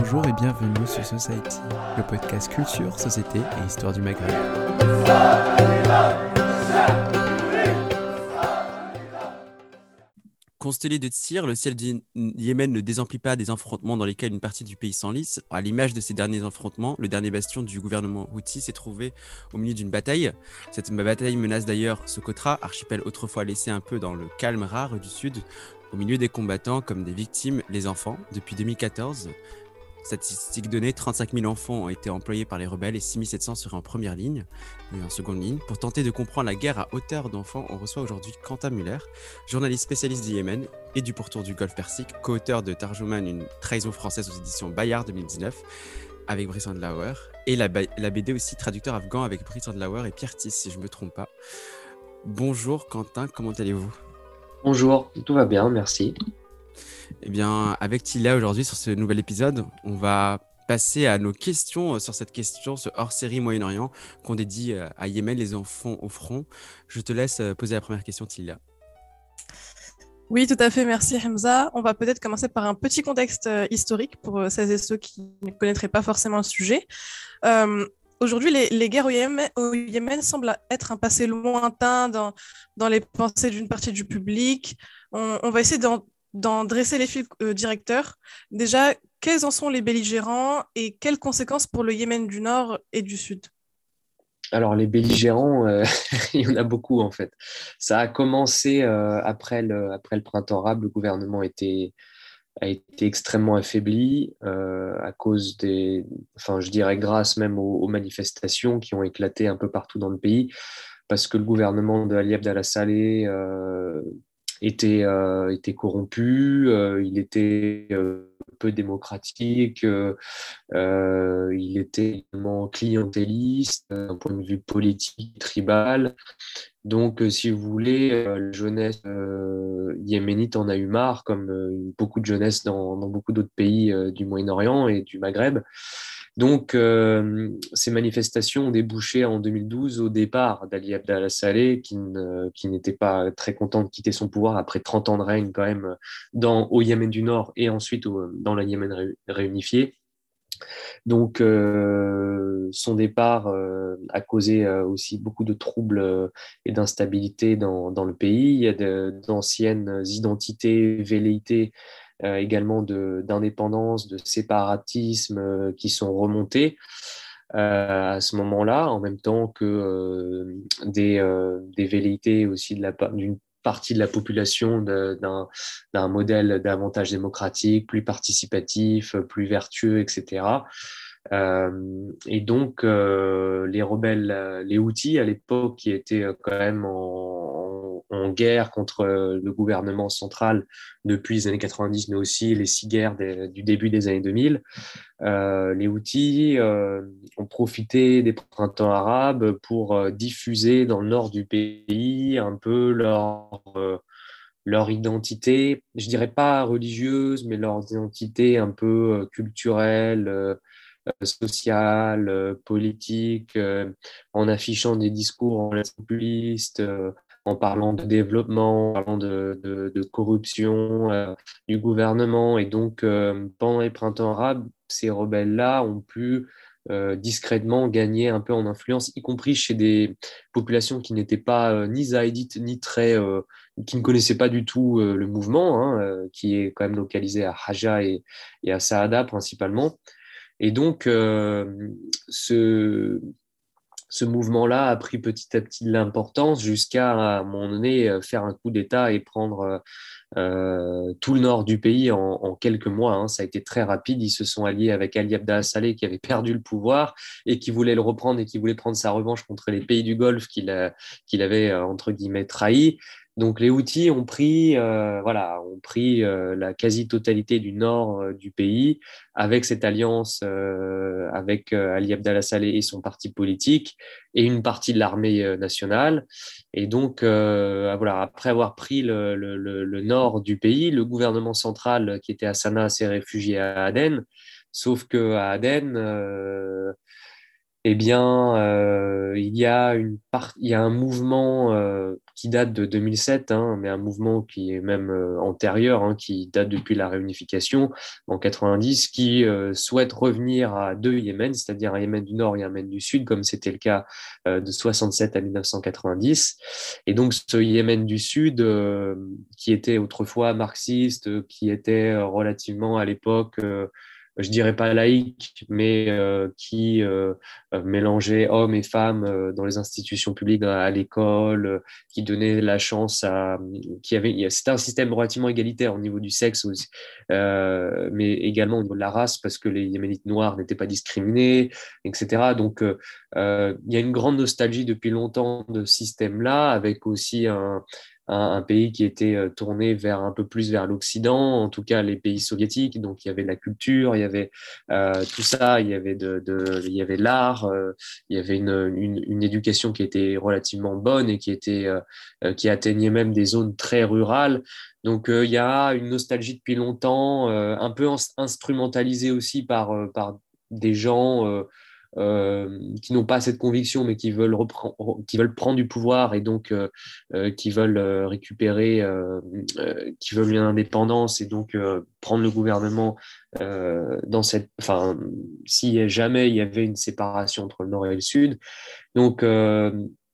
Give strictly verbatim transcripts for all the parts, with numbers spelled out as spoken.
Bonjour et bienvenue sur Society, le podcast culture, société et histoire du Maghreb. Constellé de tirs, le ciel du Yémen ne désemplit pas des affrontements dans lesquels une partie du pays s'enlise. À l'image de ces derniers affrontements, le dernier bastion du gouvernement Houthi s'est trouvé au milieu d'une bataille. Cette bataille menace d'ailleurs Socotra, archipel autrefois laissé un peu dans le calme rare du sud, au milieu des combattants comme des victimes, les enfants. Depuis deux mille quatorze, statistiques données, trente-cinq mille enfants ont été employés par les rebelles et six mille sept cents seraient en première ligne et en seconde ligne. Pour tenter de comprendre la guerre à hauteur d'enfants, on reçoit aujourd'hui Quentin Muller, journaliste spécialiste du Yémen et du pourtour du Golfe Persique, co-auteur de Tarjuman, une trahison française aux éditions Bayard deux mille dix-neuf avec Brice Andlauer, et la, ba- la B D aussi traducteur afghan avec Brice Andlauer et Pierre Thies, si je ne me trompe pas. Bonjour Quentin, comment allez-vous ? Bonjour, tout va bien, merci. Eh bien, avec Tilla aujourd'hui sur ce nouvel épisode, on va passer à nos questions sur cette question, ce hors-série Moyen-Orient qu'on dédie à Yémen, les enfants au front. Je te laisse poser la première question, Tilla. Oui, tout à fait, merci Hamza. On va peut-être commencer par un petit contexte euh, historique pour euh, celles et ceux qui ne connaîtraient pas forcément le sujet. Euh, aujourd'hui, les, les guerres au Yémen, au Yémen semblent être un passé lointain dans, dans les pensées d'une partie du public. On, on va essayer d'en, d'en dresser les fils euh, directeurs. Déjà, quels en sont les belligérants et quelles conséquences pour le Yémen du Nord et du Sud ? Alors, les belligérants, euh, il y en a beaucoup en fait. Ça a commencé euh, après le, après le printemps arabe. Le gouvernement était, a été extrêmement affaibli euh, à cause des, enfin, je dirais grâce même aux, aux manifestations qui ont éclaté un peu partout dans le pays, parce que le gouvernement de Ali Abdallah Saleh euh, était, euh, était corrompu, euh, il était euh, peu démocratique, euh, euh, il était également clientéliste euh, d'un point de vue politique, tribal. Donc, euh, si vous voulez, euh, la jeunesse euh, yéménite en a eu marre, comme euh, beaucoup de jeunesse dans, dans beaucoup d'autres pays euh, du Moyen-Orient et du Maghreb. Donc, euh, ces manifestations ont débouché en deux mille douze au départ d'Ali Abdallah Saleh, qui, ne, qui n'était pas très content de quitter son pouvoir après trente ans de règne quand même dans, au Yémen du Nord et ensuite au, dans la Yémen ré, réunifié. Donc, euh, son départ euh, a causé euh, aussi beaucoup de troubles euh, et d'instabilité dans, dans le pays. Il y a de, d'anciennes identités, velléités euh, également de, d'indépendance, de séparatisme euh, qui sont remontées euh, à ce moment-là, en même temps que euh, des, euh, des velléités aussi de la, d'une partie de la population de, d'un, d'un modèle davantage démocratique, plus participatif, plus vertueux, et cetera. Euh, et donc, euh, les rebelles, les Houthis, à l'époque, qui étaient quand même en, en, en guerre contre le gouvernement central depuis les années quatre-vingt-dix, mais aussi les six guerres des, du début des années deux mille, euh, les Houthis euh, ont profité des printemps arabes pour euh, diffuser dans le nord du pays un peu leur... Euh, leur identité, je dirais pas religieuse, mais leur identité un peu euh, culturelle, euh, sociale, euh, politique, euh, en affichant des discours en populistes, euh, en parlant de développement, en parlant de, de, de corruption euh, du gouvernement. Et donc, euh, pendant les printemps arabes, ces rebelles-là ont pu euh, discrètement gagner un peu en influence, y compris chez des populations qui n'étaient pas euh, ni zaïdites, ni très... Euh, qui ne connaissaient pas du tout euh, le mouvement, hein, euh, qui est quand même localisé à Haja et, et à Saada principalement. Et donc, euh, ce, ce mouvement-là a pris petit à petit de l'importance jusqu'à, à un moment donné, faire un coup d'État et prendre euh, tout le nord du pays en, en quelques mois. Hein. Ça a été très rapide. Ils se sont alliés avec Ali Abdallah Saleh, qui avait perdu le pouvoir et qui voulait le reprendre et qui voulait prendre sa revanche contre les pays du Golfe qu'il, a, qu'il avait, entre guillemets, trahi. Donc les Houthis ont pris, euh, voilà, ont pris euh, la quasi-totalité du nord euh, du pays avec cette alliance euh, avec euh, Ali Abdallah Saleh et son parti politique et une partie de l'armée euh, nationale. Et donc, euh, voilà, après avoir pris le, le, le, le nord du pays, le gouvernement central qui était à Sanaa s'est réfugié à Aden. Sauf que à Aden, euh, Eh bien, euh, il y a une part, il y a un mouvement euh, qui date de deux mille sept, hein, mais un mouvement qui est même euh, antérieur, hein, qui date depuis la réunification en quatre-vingt-dix, qui euh, souhaite revenir à deux Yémen, c'est-à-dire un Yémen du Nord et un Yémen du Sud, comme c'était le cas euh, de soixante-sept à mille neuf cent quatre-vingt-dix. Et donc, ce Yémen du Sud, euh, qui était autrefois marxiste, euh, qui était euh, relativement à l'époque, euh, je dirais pas laïque, mais euh, qui euh, euh, mélanger hommes et femmes euh, dans les institutions publiques, à, à l'école, euh, qui donnait la chance à, qui avait, c'était un système relativement égalitaire au niveau du sexe aussi, euh, mais également au niveau de la race parce que les Yéménites noirs n'étaient pas discriminés, et cetera. Donc, euh, euh, il y a une grande nostalgie depuis longtemps de ce système-là, avec aussi un, un, un pays qui était euh, tourné vers un peu plus vers l'Occident, en tout cas les pays soviétiques. Donc, il y avait de la culture, il y avait euh, tout ça, il y avait de, de il y avait l'art, euh, il y avait une, une, une éducation qui était relativement bonne et qui était euh, euh, qui atteignait même des zones très rurales. Donc euh, il y a une nostalgie depuis longtemps, euh, un peu instrumentalisée aussi par euh, par des gens euh, euh, qui n'ont pas cette conviction, mais qui veulent, reprendre, qui veulent prendre du pouvoir et donc euh, euh, qui veulent euh, récupérer, euh, euh, qui veulent une indépendance et donc euh, prendre le gouvernement euh, dans cette, enfin, si jamais il y avait une séparation entre le Nord et le Sud. Donc, euh,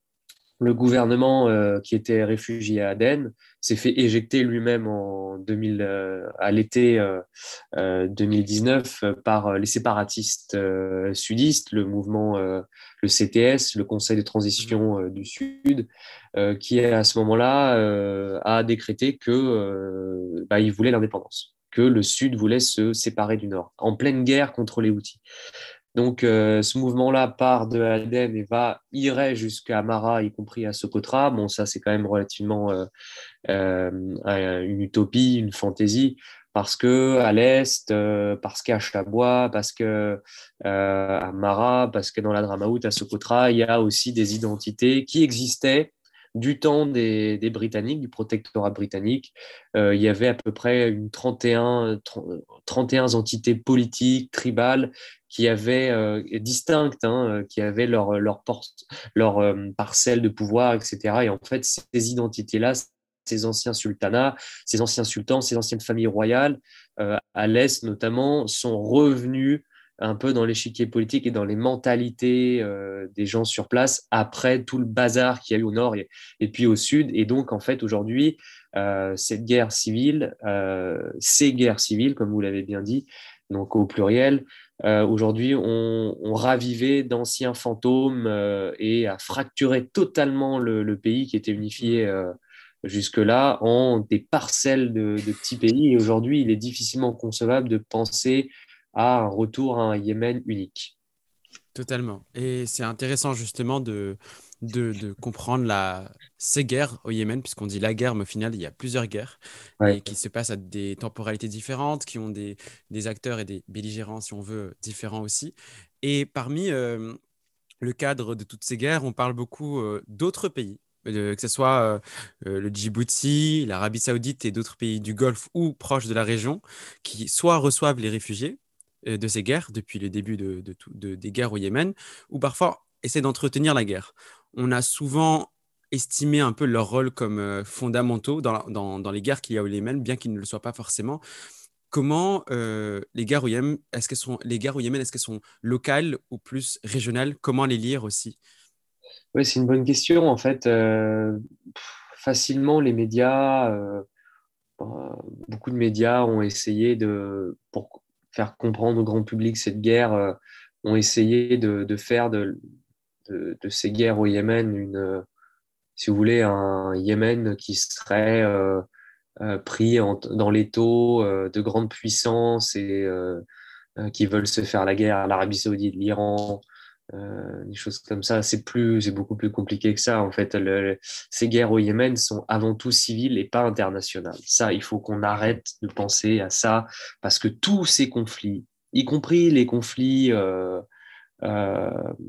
le gouvernement euh, qui était réfugié à Aden s'est fait éjecter lui-même en deux mille, euh, à l'été euh, euh, deux mille dix-neuf euh, par les séparatistes euh, sudistes, le mouvement, euh, le C T S, le Conseil de Mhm. transition euh, du Sud, euh, qui à ce moment-là euh, a décrété que euh, bah, il voulait l'indépendance, que le Sud voulait se séparer du Nord, en pleine guerre contre les Houthis. Donc, euh, ce mouvement-là part de Aden et va, irait jusqu'à Amara, y compris à Socotra. Bon, ça, c'est quand même relativement euh, euh, une utopie, une fantaisie, parce que à l'est, euh, parce qu'à Chabois, parce que euh, à Mara, parce que dans la Dramaout, à Socotra, il y a aussi des identités qui existaient du temps des, des Britanniques, du protectorat britannique. Euh, il y avait à peu près une trente et un, trente et un entités politiques, tribales, qui avaient euh, distinctes, hein, qui avaient leur, leur, porte, leur euh, parcelle de pouvoir, et cetera. Et en fait, ces identités-là, ces anciens sultanats, ces anciens sultans, ces anciennes familles royales, euh, à l'Est notamment, sont revenus un peu dans l'échiquier politique et dans les mentalités euh, des gens sur place après tout le bazar qu'il y a eu au nord et, et puis au sud. Et donc, en fait, aujourd'hui, euh, cette guerre civile, euh, ces guerres civiles, comme vous l'avez bien dit, donc au pluriel, euh, aujourd'hui, on, on ravivait d'anciens fantômes euh, et a fracturé totalement le, le pays qui était unifié euh, jusque-là en des parcelles de, de petits pays. Et aujourd'hui, il est difficilement concevable de penser à un retour à un Yémen unique. Totalement. Et c'est intéressant justement de, de, de comprendre la, ces guerres au Yémen, puisqu'on dit la guerre, mais au final, il y a plusieurs guerres Ouais. et qui se passent à des temporalités différentes, qui ont des, des acteurs et des belligérants, si on veut, différents aussi. Et parmi euh, le cadre de toutes ces guerres, on parle beaucoup euh, d'autres pays, euh, que ce soit euh, euh, le Djibouti, l'Arabie Saoudite et d'autres pays du Golfe ou proches de la région, qui soit reçoivent les réfugiés euh, de ces guerres depuis le début de, de tout- de- des guerres au Yémen, ou parfois essaient d'entretenir la guerre. On a souvent estimé un peu leur rôle comme euh, fondamentaux dans, la- dans, dans les guerres qu'il y a au Yémen, bien qu'ils ne le soient pas forcément. Comment euh, les guerres au Yémen, est-ce qu'elles sont, les guerres au Yémen, est-ce qu'elles sont locales ou plus régionales? Comment les lire aussi? Ouais, c'est une bonne question. En fait, euh, facilement, les médias, euh, euh, beaucoup de médias ont essayé de, pour faire comprendre au grand public cette guerre, euh, ont essayé de, de faire de, de, de ces guerres au Yémen une, euh, si vous voulez, un Yémen qui serait euh, euh, pris en- dans l'étau euh, de grandes puissances et euh, euh, qui veulent se faire la guerre à l'Arabie Saoudite, l'Iran, euh, des choses comme ça. C'est plus, c'est beaucoup plus compliqué que ça. En fait, le- ces guerres au Yémen sont avant tout civiles et pas internationales. Ça, il faut qu'on arrête de penser à ça parce que tous ces conflits, y compris les conflits, euh, euh,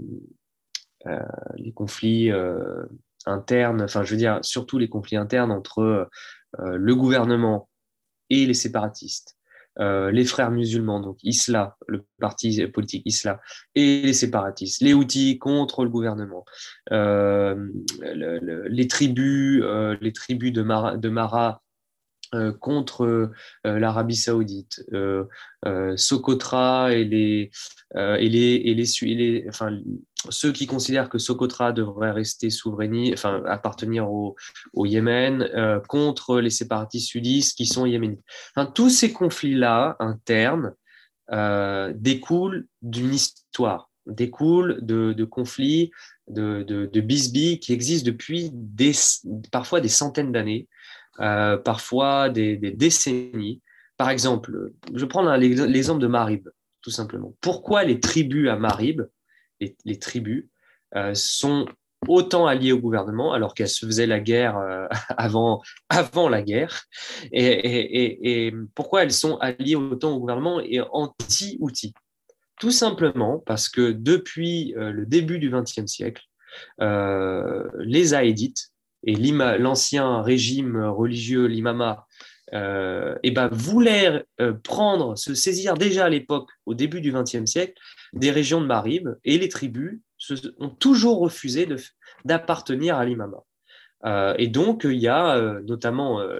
euh, les conflits euh, internes, enfin, je veux dire, surtout les conflits internes entre euh, le gouvernement et les séparatistes, euh, les frères musulmans, donc Isla, le parti politique Isla, et les séparatistes, les Houthis contre le gouvernement, euh, le, le, les tribus, euh, les tribus de Mara, de Mara euh, contre euh, l'Arabie Saoudite, euh, euh, Socotra et les euh, et les et les, et les enfin ceux qui considèrent que Socotra devrait rester souveraini, enfin appartenir au, au Yémen, euh, contre les séparatistes sudistes qui sont yéménites. Enfin, tous ces conflits-là internes euh, découlent d'une histoire, découlent de, de conflits, de, de, de bisbilles qui existent depuis des, parfois des centaines d'années, euh, parfois des, des décennies. Par exemple, je prends l'exemple de Marib, tout simplement. Pourquoi les tribus à Marib, les, les tribus, euh, sont autant alliées au gouvernement alors qu'elles se faisaient la guerre euh, avant, avant la guerre et, et, et, et pourquoi elles sont alliées autant au gouvernement et anti-outils? Tout simplement parce que depuis euh, le début du vingtième siècle, euh, les Zaïdites et l'ancien régime religieux, l'imama, euh, eh ben, voulaient euh, prendre, se saisir déjà à l'époque, au début du vingtième siècle, des régions de Marib, et les tribus se, ont toujours refusé de, d'appartenir à l'imama. Euh, et donc, il y a euh, notamment euh,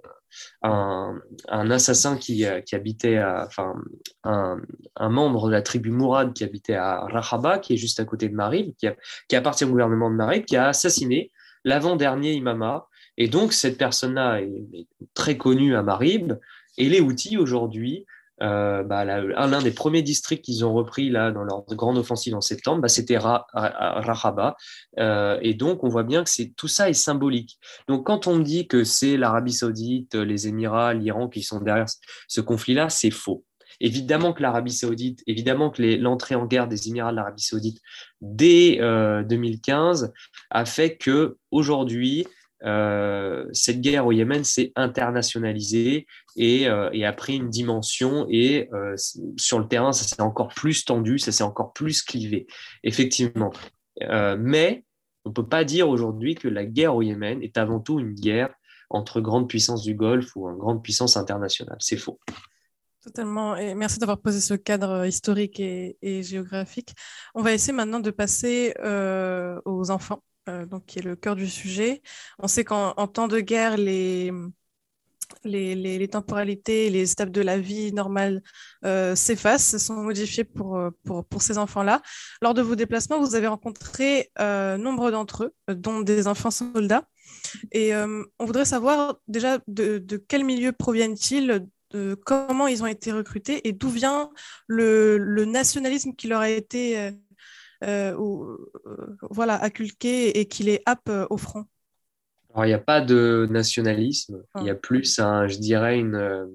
un, un assassin qui, qui habitait, à, enfin, un, un membre de la tribu Mourad qui habitait à Rahaba, qui est juste à côté de Marib, qui, a, qui appartient au gouvernement de Marib, qui a assassiné l'avant-dernier imama. Et donc, cette personne-là est, est très connue à Marib. Et les Houthis, aujourd'hui, euh, bah, l'un des premiers districts qu'ils ont repris là, dans leur grande offensive en septembre, bah, c'était Ra, Ra, Rahaba. Euh, et donc, on voit bien que c'est, tout ça est symbolique. Donc, quand on dit que c'est l'Arabie Saoudite, les Émirats, l'Iran qui sont derrière ce conflit-là, c'est faux. Évidemment que l'Arabie Saoudite, évidemment que les, l'entrée en guerre des Émirats de l'Arabie Saoudite dès euh, deux mille quinze a fait que aujourd'hui, euh, cette guerre au Yémen s'est internationalisée et, euh, et a pris une dimension et euh, sur le terrain, ça s'est encore plus tendu, ça s'est encore plus clivé, effectivement. Euh, mais on ne peut pas dire aujourd'hui que la guerre au Yémen est avant tout une guerre entre grandes puissances du Golfe ou une grande puissance internationale. C'est faux. Totalement. Et merci d'avoir posé ce cadre historique et, et géographique. On va essayer maintenant de passer euh, aux enfants, euh, donc qui est le cœur du sujet. On sait qu'en en temps de guerre, les, les, les, les temporalités, les étapes de la vie normale euh, s'effacent, sont modifiées pour, pour, pour ces enfants-là. Lors de vos déplacements, vous avez rencontré euh, nombre d'entre eux, dont des enfants soldats. Et euh, on voudrait savoir déjà de, de quel milieu proviennent-ils, de comment ils ont été recrutés et d'où vient le, le nationalisme qui leur a été euh, euh, ou, euh, voilà, inculqué et qui les happe euh, au front. Alors, il n'y a pas de nationalisme, il y a Enfin, plus, un, je dirais, une... Euh,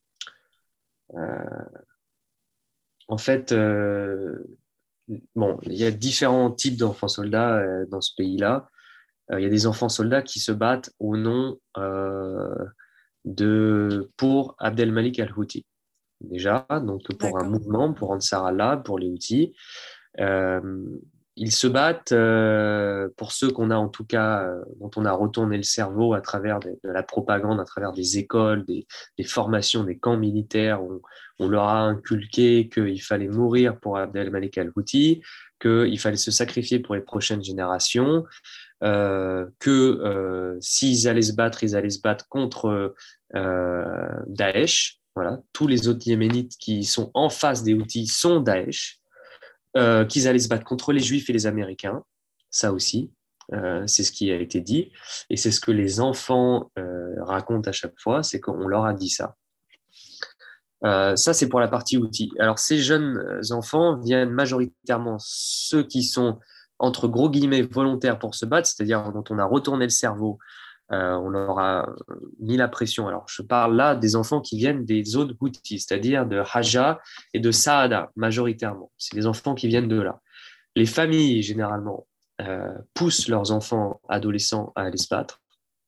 en fait, euh, bon, il y a différents types d'enfants soldats euh, dans ce pays-là. Euh, il y a des enfants soldats qui se battent au nom euh, de, pour Abdelmalik al-Houthi. Déjà, donc pour un d'accord. mouvement, pour Ansar Allah, pour les Houthis. Euh, ils se battent euh, pour ceux qu'on a en tout cas, euh, dont on a retourné le cerveau à travers de, de la propagande, à travers des écoles, des, des formations, des camps militaires. Où on leur a inculqué qu'il fallait mourir pour Abdelmalik al-Houthi, qu'il fallait se sacrifier pour les prochaines générations, euh, que euh, s'ils allaient se battre, ils allaient se battre contre euh, Daesh. Voilà, tous les autres Yéménites qui sont en face des Houthis sont Daesh. Euh, qu'ils allaient se battre contre les Juifs et les Américains, ça aussi, euh, c'est ce qui a été dit, et c'est ce que les enfants euh, racontent à chaque fois, c'est qu'on leur a dit ça. Euh, ça, c'est pour la partie outils. Alors, ces jeunes enfants viennent majoritairement ceux qui sont, entre gros guillemets, volontaires pour se battre, c'est-à-dire dont on a retourné le cerveau, euh, on leur a mis la pression. Alors, je parle là des enfants qui viennent des zones Houthis, c'est-à-dire de Haja et de Saada, majoritairement. C'est des enfants qui viennent de là. Les familles, généralement, euh, poussent leurs enfants adolescents à aller se battre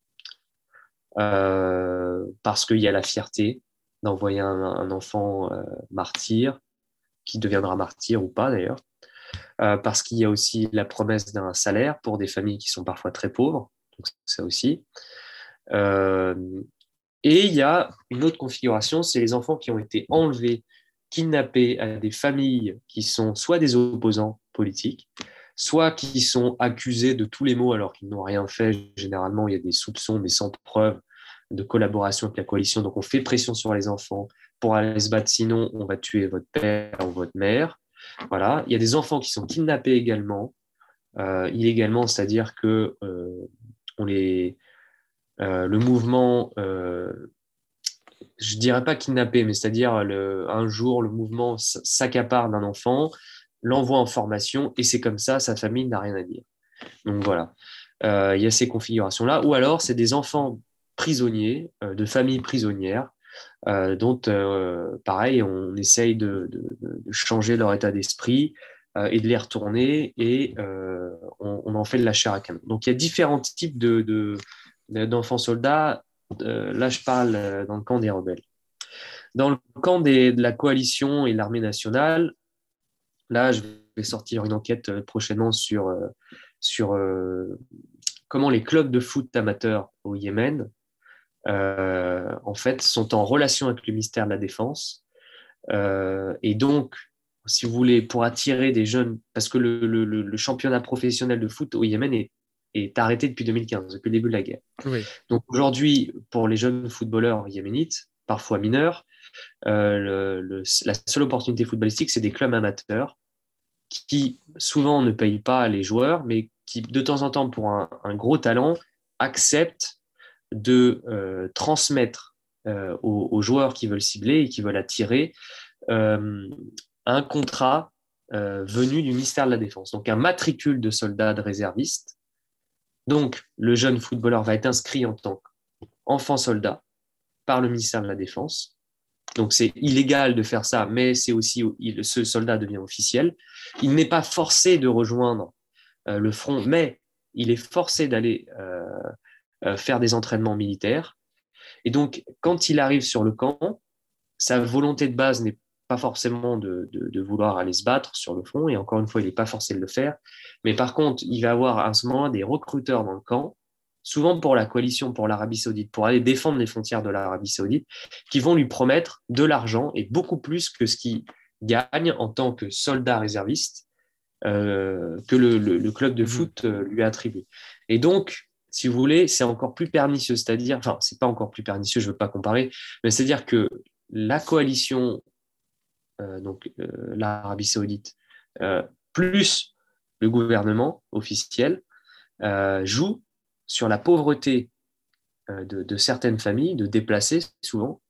euh, parce qu'il y a la fierté d'envoyer un, un enfant euh, martyr, qui deviendra martyr ou pas d'ailleurs, euh, parce qu'il y a aussi la promesse d'un salaire pour des familles qui sont parfois très pauvres, donc ça aussi. Euh, Et il y a une autre configuration, c'est les enfants qui ont été enlevés, kidnappés à des familles qui sont soit des opposants politiques, soit qui sont accusés de tous les maux alors qu'ils n'ont rien fait. Généralement, il y a des soupçons, mais sans preuve de collaboration avec la coalition. Donc, on fait pression sur les enfants pour aller se battre, sinon on va tuer votre père ou votre mère. Voilà. Il y a des enfants qui sont kidnappés également, euh, illégalement, c'est-à-dire que euh, on les, euh, le mouvement, euh, je dirais pas kidnappé, mais c'est-à-dire le, un jour le mouvement s'accapare d'un enfant, l'envoie en formation et c'est comme ça, sa famille n'a rien à dire. Donc voilà, euh, il y a ces configurations-là. Ou alors, c'est des enfants prisonniers, euh, de familles prisonnières, euh, dont, euh, pareil, on essaye de, de, de changer leur état d'esprit euh, et de les retourner et euh, on, on en fait de la chair à canon. Donc, il y a différents types de, de, d'enfants soldats. Euh, là, je parle euh, dans le camp des rebelles. Dans le camp des, de la coalition et l'armée nationale, là, je vais sortir une enquête euh, prochainement sur, euh, sur euh, comment les clubs de foot amateurs au Yémen, euh, en fait, sont en relation avec le ministère de la Défense. Euh, et donc, si vous voulez, pour attirer des jeunes, parce que le, le, le championnat professionnel de foot au Yémen est, est arrêté depuis deux mille quinze, depuis le début de la guerre. Oui. Donc aujourd'hui, pour les jeunes footballeurs yéménites, parfois mineurs, euh, le, le, la seule opportunité footballistique, c'est des clubs amateurs qui souvent ne payent pas les joueurs, mais qui de temps en temps, pour un, un gros talent, acceptent de euh, transmettre euh, aux, aux joueurs qui veulent cibler et qui veulent attirer euh, un contrat euh, venu du ministère de la Défense, donc un matricule de soldats de réservistes. Donc, le jeune footballeur va être inscrit en tant qu'enfant soldat par le ministère de la Défense. Donc, c'est illégal de faire ça, mais c'est aussi, il, ce soldat devient officiel. Il n'est pas forcé de rejoindre euh, le front, mais il est forcé d'aller euh, euh, faire des entraînements militaires. Et donc, quand il arrive sur le camp, sa volonté de base n'est pas forcément de, de, de vouloir aller se battre sur le front, et encore une fois, il n'est pas forcé de le faire. Mais par contre, il va avoir à ce moment des recruteurs dans le camp, souvent pour la coalition, pour l'Arabie Saoudite, pour aller défendre les frontières de l'Arabie Saoudite, qui vont lui promettre de l'argent et beaucoup plus que ce qu'il gagne en tant que soldat réserviste euh, que le, le, le club de foot euh, lui a attribué. Et donc, si vous voulez, c'est encore plus pernicieux, c'est-à-dire, enfin, c'est pas encore plus pernicieux, je ne veux pas comparer, mais c'est-à-dire que la coalition, euh, donc euh, l'Arabie Saoudite, euh, plus le gouvernement officiel, euh, joue sur la pauvreté euh, de, de certaines familles, de déplacés souvent,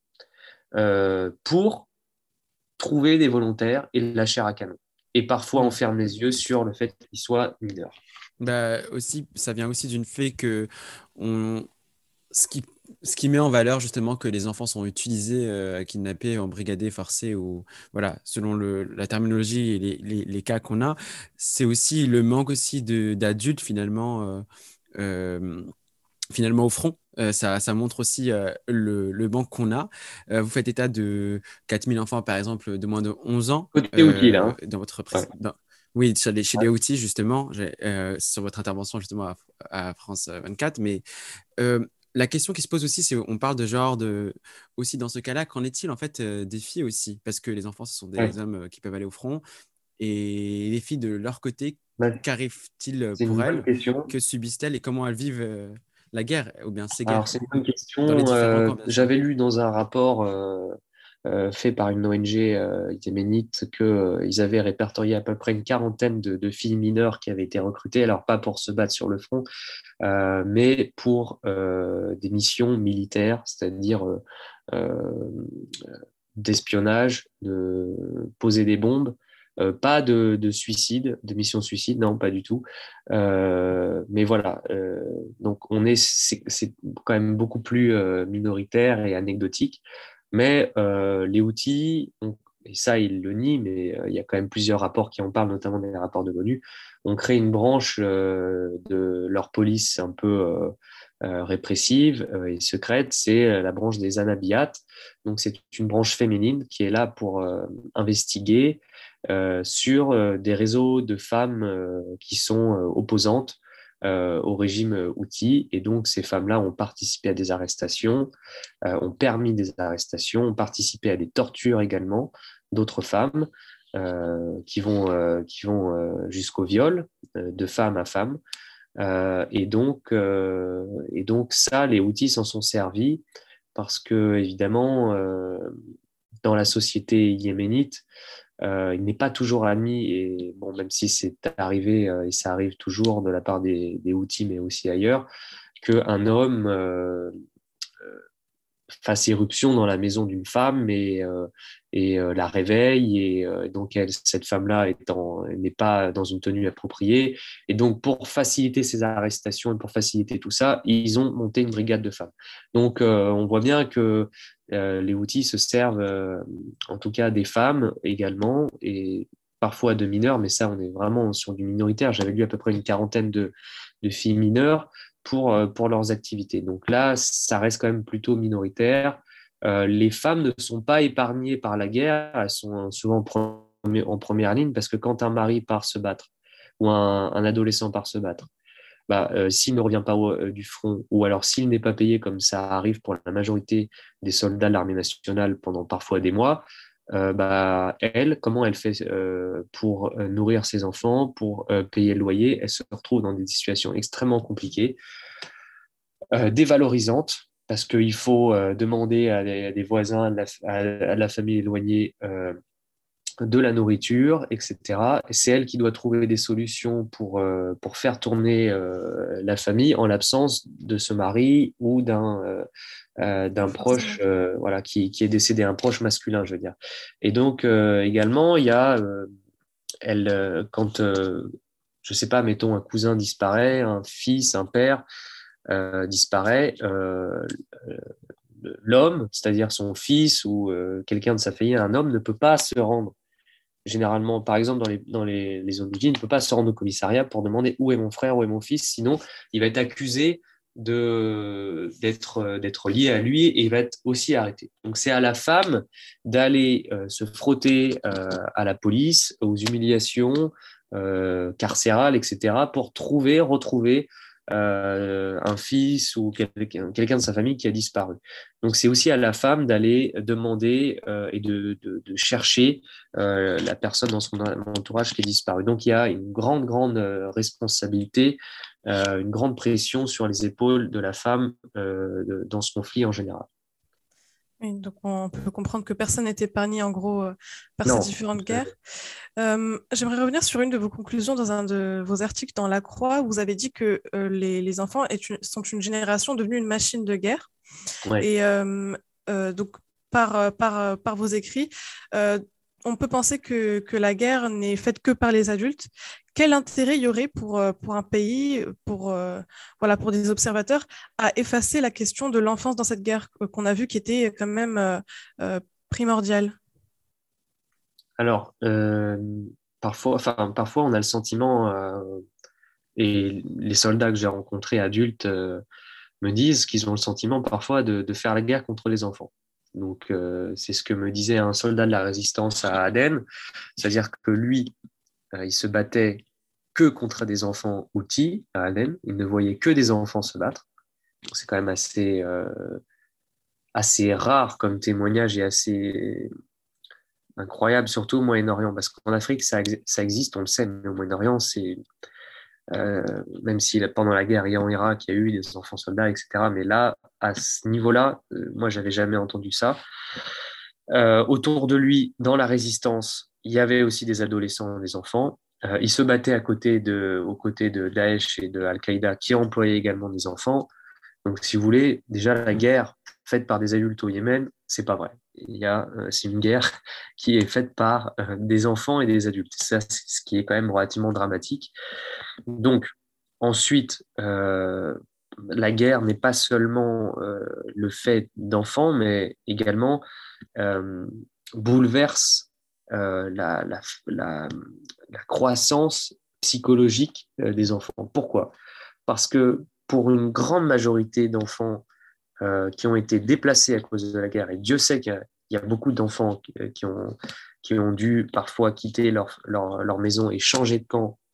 euh, pour trouver des volontaires et la chair à canon. Et parfois, on ferme les yeux sur le fait qu'ils soient mineurs. Bah, aussi, ça vient aussi d'une fait que on... ce qui, ce qui met en valeur justement que les enfants sont utilisés, euh, kidnappés, embrigadés, forcés, ou voilà, selon le, la terminologie et les, les, les cas qu'on a, c'est aussi le manque aussi de, d'adultes finalement, euh, euh, finalement au front. Euh, ça, ça montre aussi euh, le, le manque qu'on a. Euh, vous faites état de quatre mille enfants, par exemple, de moins de onze ans Côté outil, là. euh, Hein. dans votre Ouais. dans- oui, chez les, chez les outils, justement, j'ai, euh, sur votre intervention justement à, à France vingt-quatre. Mais euh, la question qui se pose aussi, c'est on parle de genre de aussi dans ce cas-là, qu'en est-il en fait euh, des filles aussi? Parce que les enfants, ce sont des Ouais. hommes euh, qui peuvent aller au front. Et les filles de leur côté, Bah, qu'arrive-t-il c'est pour une bonne elles? question. Que subissent-elles et comment elles vivent euh, la guerre, ou bien ces Alors, guerres, c'est une bonne dans les question. différents Euh, camps, bien sûr. j'avais lu dans un rapport euh, euh, fait par une O N G euh, yéménite qu'ils euh, avaient répertorié à peu près une quarantaine de, de filles mineures qui avaient été recrutées, alors pas pour se battre sur le front, euh, mais pour euh, des missions militaires, c'est-à-dire euh, euh, d'espionnage, de poser des bombes. Euh, pas de, de suicide, de mission de suicide, non, pas du tout. Euh, mais voilà, euh, donc on est, c'est, c'est quand même beaucoup plus euh, minoritaire et anecdotique. Mais euh, les outils, on, et ça il le nie, mais euh, il y a quand même plusieurs rapports qui en parlent, notamment des rapports de l'ONU, on crée une branche euh, de leur police un peu euh, euh, répressive euh, et secrète, c'est la branche des Anabiates. Donc c'est une branche féminine qui est là pour euh, investiguer euh, sur euh, des réseaux de femmes euh, qui sont euh, opposantes euh, au régime Houthi. Et donc, ces femmes-là ont participé à des arrestations, euh, ont permis des arrestations, ont participé à des tortures également d'autres femmes euh, qui vont, euh, qui vont euh, jusqu'au viol euh, de femme à femme. Euh, et, donc, euh, et donc, ça, les Houthis s'en sont servis parce que, évidemment, euh, dans la société yéménite, euh, il n'est pas toujours admis, et bon, même si c'est arrivé, euh, et ça arrive toujours de la part des, des Houthis, mais aussi ailleurs, qu'un homme euh, fasse irruption dans la maison d'une femme et, euh, et euh, la réveille. Et euh, donc, elle, cette femme-là n'est pas dans une tenue appropriée. Et donc, pour faciliter ces arrestations et pour faciliter tout ça, ils ont monté une brigade de femmes. Donc, euh, on voit bien que euh, les Houthis se servent, euh, en tout cas, des femmes également, et parfois de mineurs, mais ça, on est vraiment sur du minoritaire. J'avais lu à peu près une quarantaine de, de filles mineures pour, pour leurs activités. Donc là, ça reste quand même plutôt minoritaire. Euh, les femmes ne sont pas épargnées par la guerre, elles sont souvent en, premier, en première ligne, parce que quand un mari part se battre ou un, un adolescent part se battre, bah, euh, s'il ne revient pas au, euh, du front, ou alors s'il n'est pas payé, comme ça arrive pour la majorité des soldats de l'armée nationale pendant parfois des mois, euh, bah, elle, comment elle fait euh, pour euh, nourrir ses enfants, pour euh, payer le loyer? Elle se retrouve dans des situations extrêmement compliquées, euh, dévalorisantes, parce qu'il faut euh, demander à des, à des voisins, à la, à, à la famille éloignée, euh, de la nourriture, et cetera. Et c'est elle qui doit trouver des solutions pour, euh, pour faire tourner euh, la famille en l'absence de ce mari ou d'un euh, euh, d'un proche euh, voilà, qui, qui est décédé, un proche masculin, je veux dire. Et donc, euh, également, il y a, euh, elle, euh, quand, euh, je sais pas, mettons, un cousin disparaît, un fils, un père euh, disparaît, euh, l'homme, c'est-à-dire son fils ou euh, quelqu'un de sa famille, un homme ne peut pas se rendre. Généralement, par exemple, dans les, dans les, les zones de vie, il ne peut pas se rendre au commissariat pour demander où est mon frère, où est mon fils, sinon il va être accusé de, d'être, d'être lié à lui et il va être aussi arrêté. Donc c'est à la femme d'aller euh, se frotter euh, à la police, aux humiliations euh, carcérales, et cetera, pour trouver, retrouver euh, un fils ou quelqu'un, quelqu'un de sa famille qui a disparu. Donc c'est aussi à la femme d'aller demander euh, et de, de, de chercher euh, la personne dans son entourage qui est disparue. Donc il y a une grande, grande euh, responsabilité, euh, une grande pression sur les épaules de la femme euh, de, dans ce conflit en général. Oui, donc on peut comprendre que personne n'est épargné en gros euh, par Non. ces différentes guerres. Euh, j'aimerais revenir sur une de vos conclusions dans un de vos articles dans La Croix, où vous avez dit que euh, les, les enfants est une, sont une génération devenue une machine de guerre. Ouais. Et euh, euh, donc, par, par, par vos écrits, euh, on peut penser que, que la guerre n'est faite que par les adultes. Quel intérêt il y aurait pour, pour un pays, pour, euh, voilà, pour des observateurs, à effacer la question de l'enfance dans cette guerre qu'on a vue qui était quand même euh, euh, primordiale? Alors, euh, parfois, enfin, parfois, on a le sentiment, euh, et les soldats que j'ai rencontrés adultes euh, me disent qu'ils ont le sentiment parfois de, de faire la guerre contre les enfants. Donc, euh, c'est ce que me disait un soldat de la résistance à Aden, c'est-à-dire que lui, euh, il se battait que contre des enfants outils à Aden, il ne voyait que des enfants se battre. Donc, c'est quand même assez, euh, assez rare comme témoignage et assez incroyable, surtout au Moyen-Orient, parce qu'en Afrique, ça, ça existe, on le sait, mais au Moyen-Orient, c'est Euh, même si pendant la guerre en Irak, il y a eu des enfants soldats, et cetera. Mais là, à ce niveau-là, euh, moi, j'avais jamais entendu ça. Euh, autour de lui, dans la résistance, il y avait aussi des adolescents, des enfants. Euh, il se battait à côté de, aux côtés de Daesh et de Al-Qaïda, qui employaient également des enfants. Donc, si vous voulez, déjà la guerre faite par des adultes au Yémen, c'est pas vrai. Il y a, euh, c'est une guerre qui est faite par euh, des enfants et des adultes. Ça, c'est ce qui est quand même relativement dramatique. Donc, ensuite, euh, la guerre n'est pas seulement euh, le fait d'enfants, mais également euh, bouleverse euh, la, la, la, la croissance psychologique euh, des enfants. Pourquoi? Parce que pour une grande majorité d'enfants euh, qui ont été déplacés à cause de la guerre, et Dieu sait qu'il y a, il y a beaucoup d'enfants qui, qui, ont, qui ont dû parfois quitter leur, leur, leur maison et changer de camp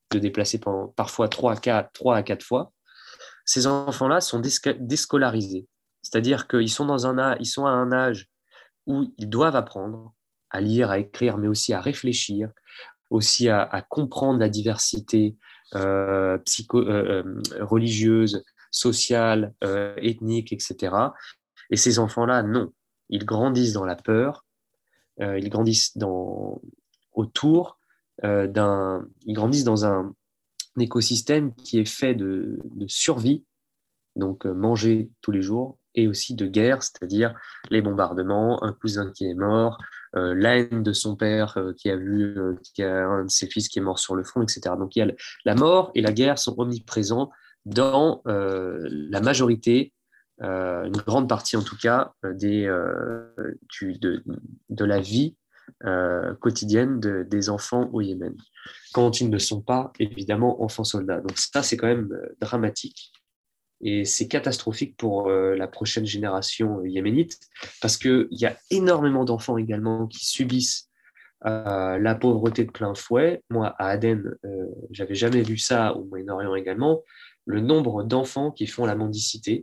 de déplacer pendant, parfois trois à quatre, trois à quatre fois, ces enfants-là sont déscolarisés. C'est-à-dire qu'ils sont, dans un, ils sont à un âge où ils doivent apprendre à lire, à écrire, mais aussi à réfléchir, aussi à, à comprendre la diversité euh, psycho, euh, religieuse, sociale, euh, ethnique, et cetera. Et ces enfants-là, non. Ils grandissent dans la peur, euh, ils grandissent dans, autour euh, d'un... Ils grandissent dans un, un écosystème qui est fait de, de survie, donc euh, manger tous les jours, et aussi de guerre, c'est-à-dire les bombardements, un cousin qui est mort, euh, la haine de son père euh, qui a vu euh, qu'il y a un de ses fils qui est mort sur le front, et cetera. Donc il y a la mort et la guerre sont omniprésents dans euh, la majorité, euh, une grande partie en tout cas, des, euh, du, de, de la vie euh, quotidienne de, des enfants au Yémen, quand ils ne sont pas évidemment enfants soldats. Donc ça, c'est quand même euh, dramatique. Et c'est catastrophique pour euh, la prochaine génération yéménite, parce qu'il y a énormément d'enfants également qui subissent euh, la pauvreté de plein fouet. Moi, à Aden, euh, j'avais jamais vu ça, au Moyen-Orient également, le nombre d'enfants qui font la mendicité.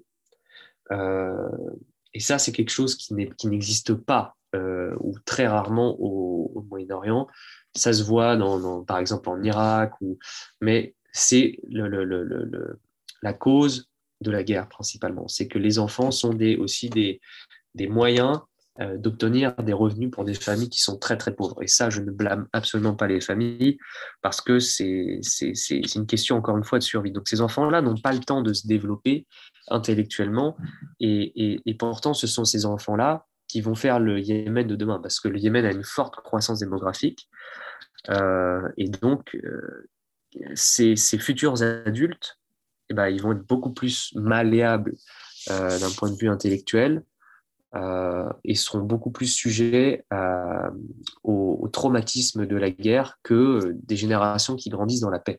Euh, et ça, c'est quelque chose qui, n'est, qui n'existe pas, euh, ou très rarement au, au Moyen-Orient. Ça se voit, dans, dans, par exemple, en Irak, ou... mais c'est le, le, le, le, la cause de la guerre principalement. C'est que les enfants sont des, aussi des, des moyens euh, d'obtenir des revenus pour des familles qui sont très très pauvres. Et ça, je ne blâme absolument pas les familles parce que c'est, c'est, c'est, c'est une question encore une fois de survie. Donc ces enfants-là n'ont pas le temps de se développer intellectuellement et, et, et pourtant ce sont ces enfants-là qui vont faire le Yémen de demain parce que le Yémen a une forte croissance démographique euh, et donc euh, ces, ces futurs adultes eh ben, ils vont être beaucoup plus malléables euh, d'un point de vue intellectuel euh, et seront beaucoup plus sujets à, au, au traumatisme de la guerre que des générations qui grandissent dans la paix.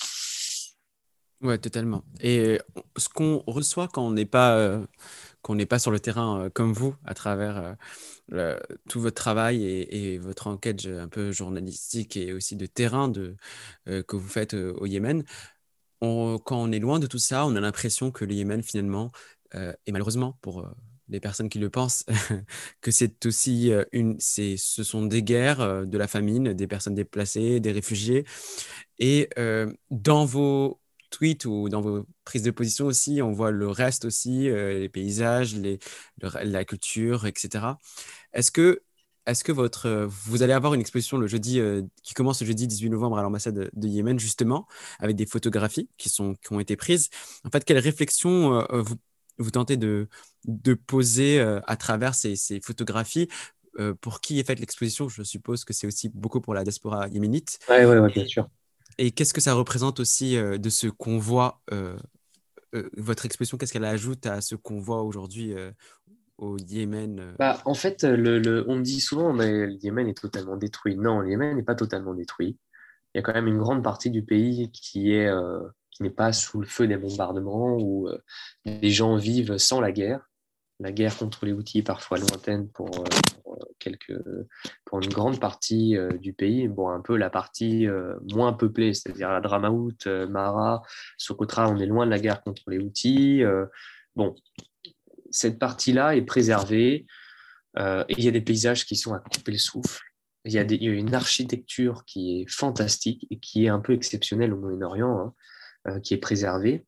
Ouais, totalement. Et ce qu'on reçoit quand on n'est pas, euh, quand on n'est pas sur le terrain euh, comme vous, à travers euh, le- tout votre travail et, et votre enquête euh, un peu journalistique et aussi de terrain de, euh, que vous faites euh, au Yémen, on- quand on est loin de tout ça, on a l'impression que le Yémen, finalement, euh, et malheureusement pour euh, les personnes qui le pensent, que c'est aussi euh, une, c'est, ce sont des guerres, euh, de la famine, des personnes déplacées, des réfugiés. Et euh, dans vos tweets ou dans vos prises de position aussi, on voit le reste aussi, euh, les paysages, les, le- la culture, et cetera. Est-ce que, est-ce que votre, euh, vous allez avoir une exposition le jeudi, euh, qui commence le jeudi dix-huit novembre à l'ambassade de, de Yémen, justement, avec des photographies qui sont, qui ont été prises. En fait, quelle réflexion euh, vous, vous tentez de, de poser euh, à travers ces, ces photographies? Euh, pour qui est faite l'exposition? Je suppose que c'est aussi beaucoup pour la diaspora yéménite. Oui, ouais, ouais, bien sûr. Et qu'est-ce que ça représente aussi euh, de ce convoi, euh, euh, votre exposition, qu'est-ce qu'elle ajoute à ce convoi aujourd'hui euh, au Yémen euh Bah, en fait, le, le, on me dit souvent mais le Yémen est totalement détruit. Non, le Yémen n'est pas totalement détruit. Il y a quand même une grande partie du pays qui est, euh, qui n'est pas sous le feu des bombardements, où euh, les gens vivent sans la guerre. La guerre contre les Houthis est parfois lointaine pour, euh, pour, euh, quelques, pour une grande partie euh, du pays. Bon, un peu la partie euh, moins peuplée, c'est-à-dire la Dramaout, euh, Mara, Socotra, on est loin de la guerre contre les Houthis. Euh, bon, cette partie-là est préservée. Euh, et il y a des paysages qui sont à couper le souffle. Il y a, des, il y a une architecture qui est fantastique et qui est un peu exceptionnelle au Moyen-Orient, hein, euh, qui est préservée.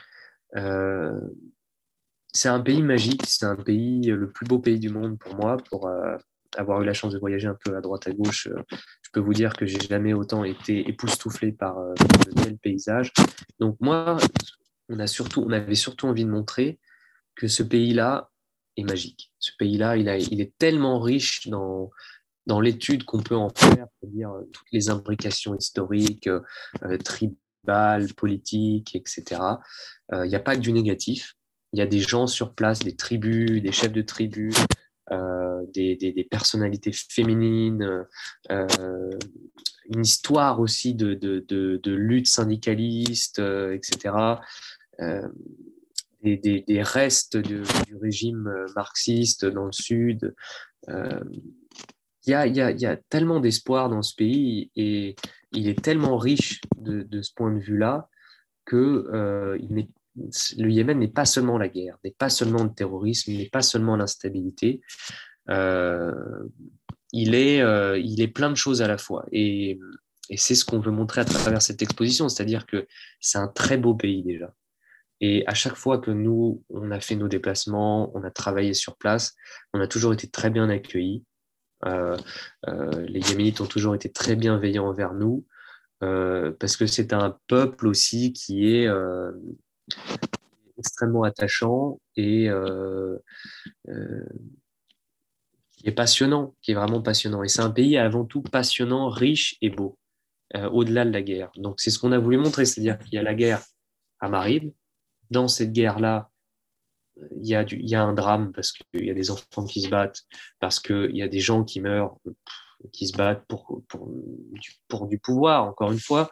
Euh, c'est un pays magique, c'est un pays, le plus beau pays du monde pour moi, pour euh, avoir eu la chance de voyager un peu à droite à gauche. Euh, je peux vous dire que j'ai jamais autant été époustouflé par euh, de tels paysages. Donc moi, on, a surtout, on avait surtout envie de montrer que ce pays-là est magique. Ce pays-là, il, a, il est tellement riche dans, dans l'étude qu'on peut en faire, c'est-à-dire euh, toutes les imbrications historiques, euh, tribales, politiques, et cetera. Il euh, n'y a pas que du négatif. Il y a des gens sur place, des tribus, des chefs de tribus, euh, des, des, des, personnalités féminines, euh, une histoire aussi de, de, de, de lutte syndicaliste, euh, et cetera. Euh, des, des, des restes de, du régime marxiste dans le sud. Euh, il y a, il y a, il y a tellement d'espoir dans ce pays et il est tellement riche de, de ce point de vue-là que euh, il n'est, le Yémen n'est pas seulement la guerre, n'est pas seulement le terrorisme, n'est pas seulement l'instabilité. Euh, il, est, euh, il est plein de choses à la fois. Et, et c'est ce qu'on veut montrer à travers cette exposition, c'est-à-dire que c'est un très beau pays déjà. Et à chaque fois que nous, on a fait nos déplacements, on a travaillé sur place, on a toujours été très bien accueillis. Euh, euh, les Yéménites ont toujours été très bienveillants envers nous, euh, parce que c'est un peuple aussi qui est euh, extrêmement attachant et euh, euh, qui est passionnant, qui est vraiment passionnant. Et c'est un pays avant tout passionnant, riche et beau, euh, au-delà de la guerre. Donc c'est ce qu'on a voulu montrer, c'est-à-dire qu'il y a la guerre à Marib. Dans cette guerre-là, il y a du, il y a un drame parce qu'il y a des enfants qui se battent, parce qu'il y a des gens qui meurent, qui se battent pour, pour, pour du pouvoir, encore une fois.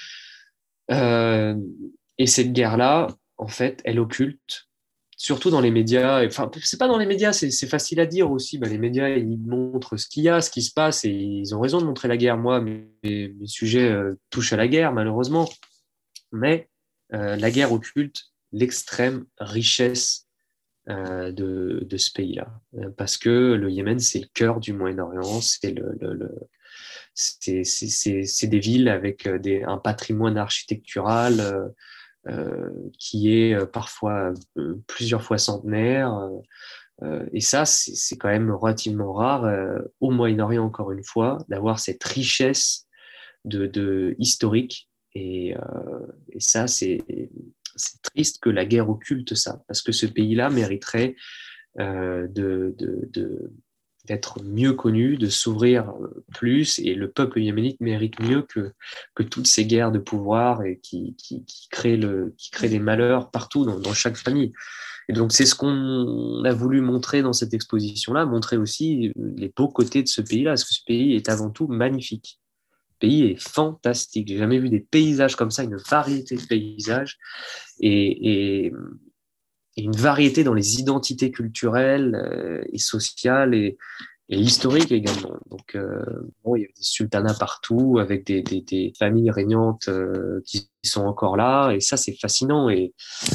Euh, et cette guerre-là, en fait, elle occulte, surtout dans les médias. Enfin, c'est pas dans les médias, c'est, c'est facile à dire aussi. Ben, les médias, ils montrent ce qu'il y a, ce qui se passe, et ils ont raison de montrer la guerre. Moi, mes, mes sujets euh, touchent à la guerre, malheureusement. Mais euh, la guerre occulte l'extrême richesse Euh, de, de ce pays-là. Parce que le Yémen, c'est le cœur du Moyen-Orient, c'est, le, le, le, c'est, c'est, c'est, c'est des villes avec des, un patrimoine architectural euh, euh, qui est parfois euh, plusieurs fois centenaire. Euh, et ça, c'est, c'est quand même relativement rare euh, au Moyen-Orient, encore une fois, d'avoir cette richesse de, de, historique. Et, euh, et ça, c'est... c'est triste que la guerre occulte ça, parce que ce pays-là mériterait euh, de, de, de, d'être mieux connu, de s'ouvrir plus, et le peuple yéménite mérite mieux que, que toutes ces guerres de pouvoir et qui, qui, qui, créent, le, qui créent des malheurs partout, dans, dans chaque famille. Et donc, c'est ce qu'on a voulu montrer dans cette exposition-là, montrer aussi les beaux côtés de ce pays-là, parce que ce pays est avant tout magnifique. Le pays est fantastique. J'ai jamais vu des paysages comme ça, une variété de paysages et, et, et une variété dans les identités culturelles euh, et sociales et, et historiques également. Donc, euh, bon, il y a des sultanats partout avec des, des, des familles régnantes euh, qui sont encore là, et ça, c'est fascinant et,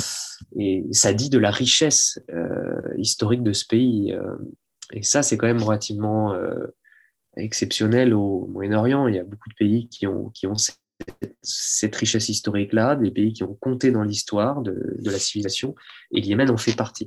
et ça dit de la richesse euh, historique de ce pays. Euh, et ça, c'est quand même relativement euh, exceptionnel au Moyen-Orient. Il y a beaucoup de pays qui ont, qui ont cette, cette richesse historique-là, des pays qui ont compté dans l'histoire de, de la civilisation, et le Yémen en fait partie.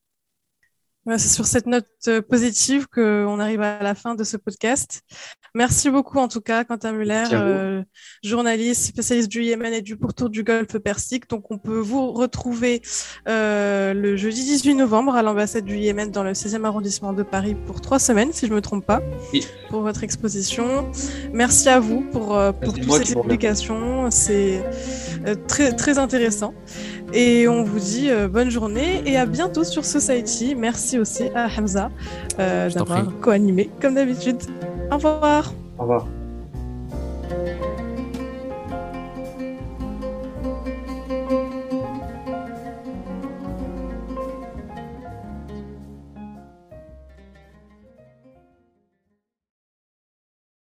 Ouais, c'est sur cette note positive qu'on arrive à la fin de ce podcast. Merci beaucoup en tout cas, Quentin Müller, euh, journaliste, spécialiste du Yémen et du pourtour du Golfe Persique. Donc on peut vous retrouver euh, le jeudi dix-huit novembre à l'ambassade du Yémen dans le seizième arrondissement de Paris pour trois semaines, si je ne me trompe pas, oui, pour votre exposition. Merci à vous pour, pour toutes ces explications. C'est euh, très, très intéressant. Et on vous dit euh, bonne journée et à bientôt sur Society. Merci aussi à Hamza euh, d'avoir co-animé comme d'habitude. Au revoir. Au revoir.